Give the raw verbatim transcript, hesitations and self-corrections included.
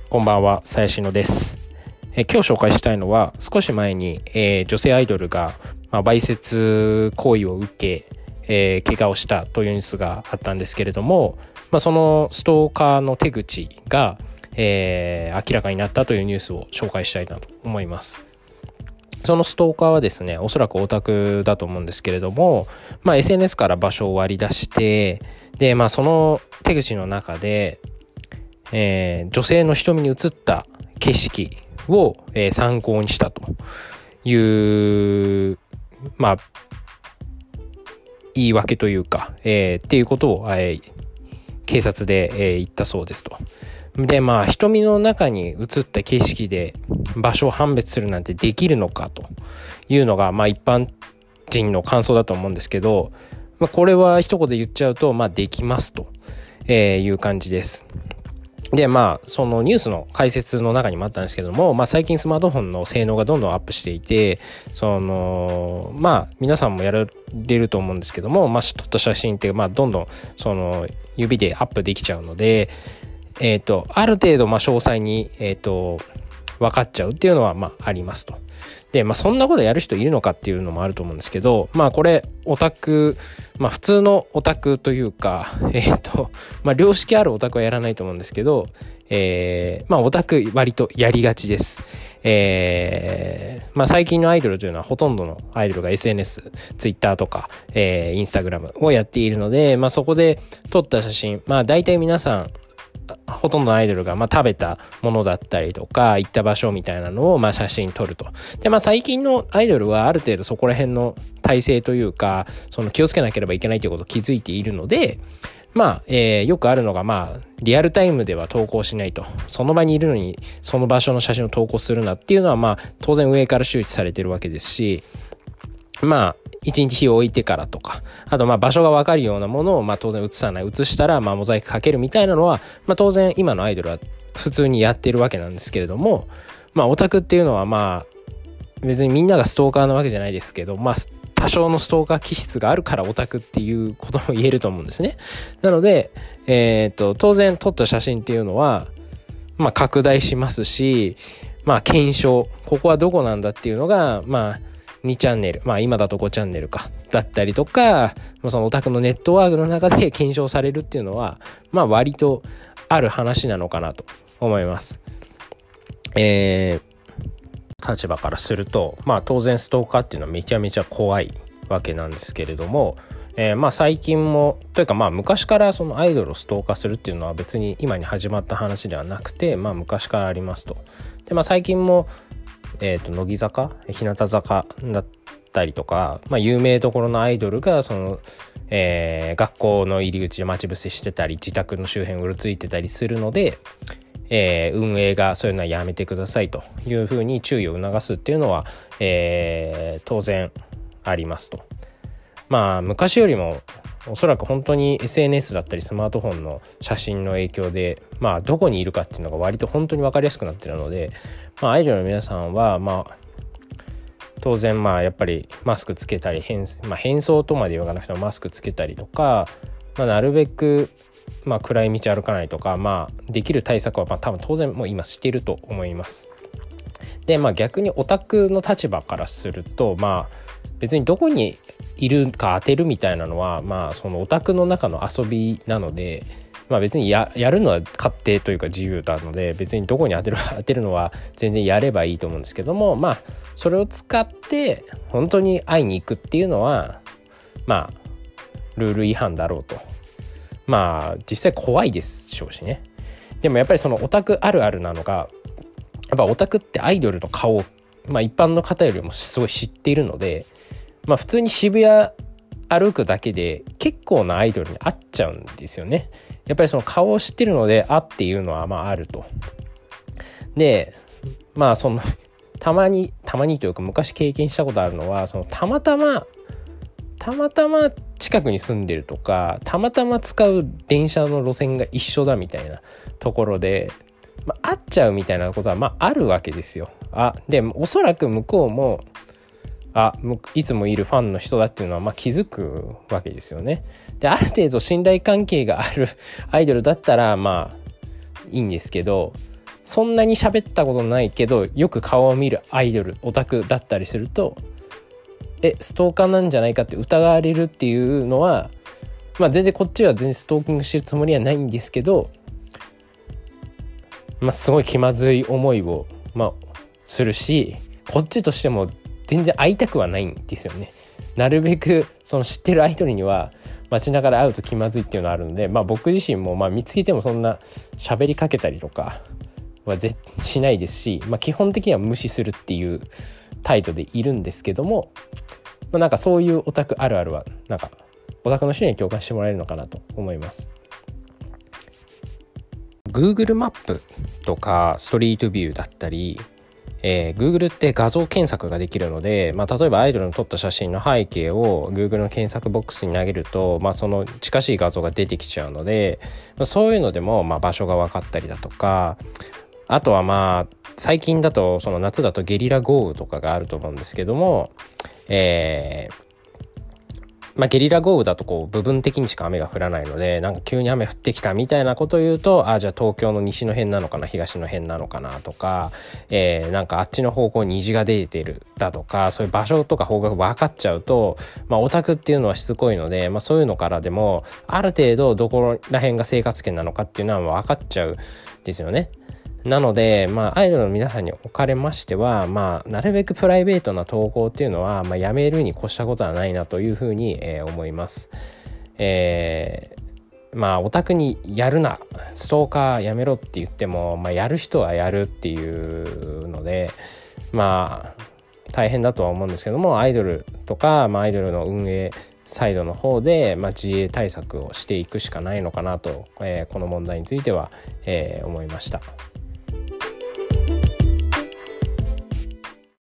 こんばんは、さやしのです。え今日紹介したいのは、少し前に、えー、女性アイドルが、まあ、わいせつ行為を受け、えー、怪我をしたというニュースがあったんですけれども、まあ、そのストーカーの手口が、えー、明らかになったというニュースを紹介したいなと思います。そのストーカーはですね、おそらくオタクだと思うんですけれども、まあ、エスエヌエス から場所を割り出して、で、まあ、その手口の中で、えー、女性の瞳に映った景色を、えー、参考にしたというまあ言い訳というか、えー、っていうことを、えー、警察で、えー、言ったそうですと。でまあ瞳の中に映った景色で場所を判別するなんてできるのかというのが、まあ、一般人の感想だと思うんですけど、まあ、これは一言で言っちゃうと、まあ、できますと、えー、いう感じです。でまあそのニュースの解説の中にもあったんですけども、まあ、最近スマートフォンの性能がどんどんアップしていて、そのまあ皆さんもやれると思うんですけども、まあ、撮った写真ってまあどんどんその指でアップできちゃうので、えーとある程度まあ詳細にえーと分かっちゃうっていうのはまあありますと。でまあそんなことやる人いるのかっていうのもあると思うんですけど、まあこれオタク、まあ普通のオタクというか、えっとまあ良識あるオタクはやらないと思うんですけど、えー、まあオタク割とやりがちです。えー、まあ最近のアイドルというのはほとんどのアイドルが エスエヌエス、Twitter とか、えー、Instagram をやっているので、まあそこで撮った写真、まあ大体皆さんほとんどのアイドルがまあ食べたものだったりとか行った場所みたいなのをまあ写真撮ると。でまあ最近のアイドルはある程度そこら辺の体制というか、その気をつけなければいけないということを気づいているので、まあ、えー、よくあるのがまあリアルタイムでは投稿しないと、その場にいるのにその場所の写真を投稿するなっていうのはまあ当然上から周知されてるわけですし、まあ一日日を置いてからとか、あとまあ場所が分かるようなものをまあ当然映さない、映したらまあモザイクかけるみたいなのは、まあ、当然今のアイドルは普通にやってるわけなんですけれども、まあオタクっていうのはまあ別にみんながストーカーなわけじゃないですけど、まあ多少のストーカー気質があるからオタクっていうことも言えると思うんですね。なので、えー、と当然撮った写真っていうのはまあ拡大しますし、まあ検証、ここはどこなんだっていうのがまあにチャンネル、まあ今だとごチャンネルかだったりとか、そのオタクのネットワークの中で検証されるっていうのはまあ割とある話なのかなと思います。えー、立場からするとまあ当然ストーカーっていうのはめちゃめちゃ怖いわけなんですけれども、えー、まあ最近もというかまあ昔からそのアイドルをストーカーするっていうのは別に今に始まった話ではなくて、まあ昔からありますと。でまあ最近もえー、と乃木坂、日向坂だったりとか、まあ、有名どころのアイドルがその、えー、学校の入り口で待ち伏せしてたり自宅の周辺をうろついてたりするので、えー、運営がそういうのはやめてくださいというふうに注意を促すっていうのは、えー、当然ありますと。まあ昔よりもおそらく本当に エスエヌエス だったりスマートフォンの写真の影響で、まあどこにいるかっていうのが割と本当に分かりやすくなってるので、まあアイドルの皆さんはまあ当然まあやっぱりマスクつけたり変、まあ、変装とまで言わなくてもマスクつけたりとか、まあ、なるべくまあ暗い道歩かないとか、まあできる対策はまあ多分当然もう今していると思います。でまあ逆にオタクの立場からすると、まあ別にどこにいるか当てるみたいなのはまあそのオタクの中の遊びなので、まあ別に や, やるのは勝手というか自由なので、別にどこに当てるか当てるのは全然やればいいと思うんですけども、まあそれを使って本当に会いに行くっていうのはまあルール違反だろうと。まあ実際怖いでしょうしね。でもやっぱりそのオタクあるあるなのが、やっぱオタクってアイドルの顔、まあ一般の方よりもすごい知っているので、まあ普通に渋谷歩くだけで結構なアイドルに会っちゃうんですよね。やっぱりその顔を知ってるので会っていうのはまああると。でまあそのたまにたまにというか昔経験したことあるのは、そのたまたまたまたま近くに住んでるとか、たまたま使う電車の路線が一緒だみたいなところで、まあ、会っちゃうみたいなことはまああるわけですよ。あでおそらく向こうもあいつもいるファンの人だっていうのはまあ気づくわけですよね。である程度信頼関係があるアイドルだったらまあいいんですけど、 そんなに喋ったことないけどよく顔を見るアイドルオタクだったりすると、えストーカーなんじゃないかって疑われるっていうのは、まあ全然こっちは全然ストーキングしてるつもりはないんですけど、まあすごい気まずい思いをまあするし、こっちとしても全然会いたくはないんですよね。なるべくその知ってるアイドルには街中で会うと気まずいっていうのがあるので、まあ僕自身もまあ見つけてもそんな喋りかけたりとかは絶しないですし、まあ基本的には無視するっていう態度でいるんですけども、まあ、なんかそういうオタクあるあるはなんかオタクの人に共感してもらえるのかなと思います。Google マップとかストリートビューだったり、えー、Google って画像検索ができるので、まあ、例えばアイドルの撮った写真の背景を Google の検索ボックスに投げると、まあ、その近しい画像が出てきちゃうので、まあ、そういうのでもまあ場所が分かったりだとか、あとはまあ最近だとその夏だとゲリラ豪雨とかがあると思うんですけども、えーまあ、ゲリラ豪雨だとこう部分的にしか雨が降らないので、なんか急に雨降ってきたみたいなことを言うと、あじゃあ東京の西の辺なのかな東の辺なのかなとか、えー、なんかあっちの方向に虹が出てるだとか、そういう場所とか方角が分かっちゃうと、まあ、オタクっていうのはしつこいので、まあ、そういうのからでもある程度どこら辺が生活圏なのかっていうのは分かっちゃうんですよね。なので、まあ、アイドルの皆さんにおかれましては、まあ、なるべくプライベートな投稿っていうのは、まあ、やめるに越したことはないなというふうに、えー、思います。えー、まあ、オタクにやるな、ストーカーやめろって言っても、まあ、やる人はやるっていうので、まあ、大変だとは思うんですけども、アイドルとか、まあ、アイドルの運営サイドの方で、まあ、自衛対策をしていくしかないのかなと、えー、この問題については、えー、思いました。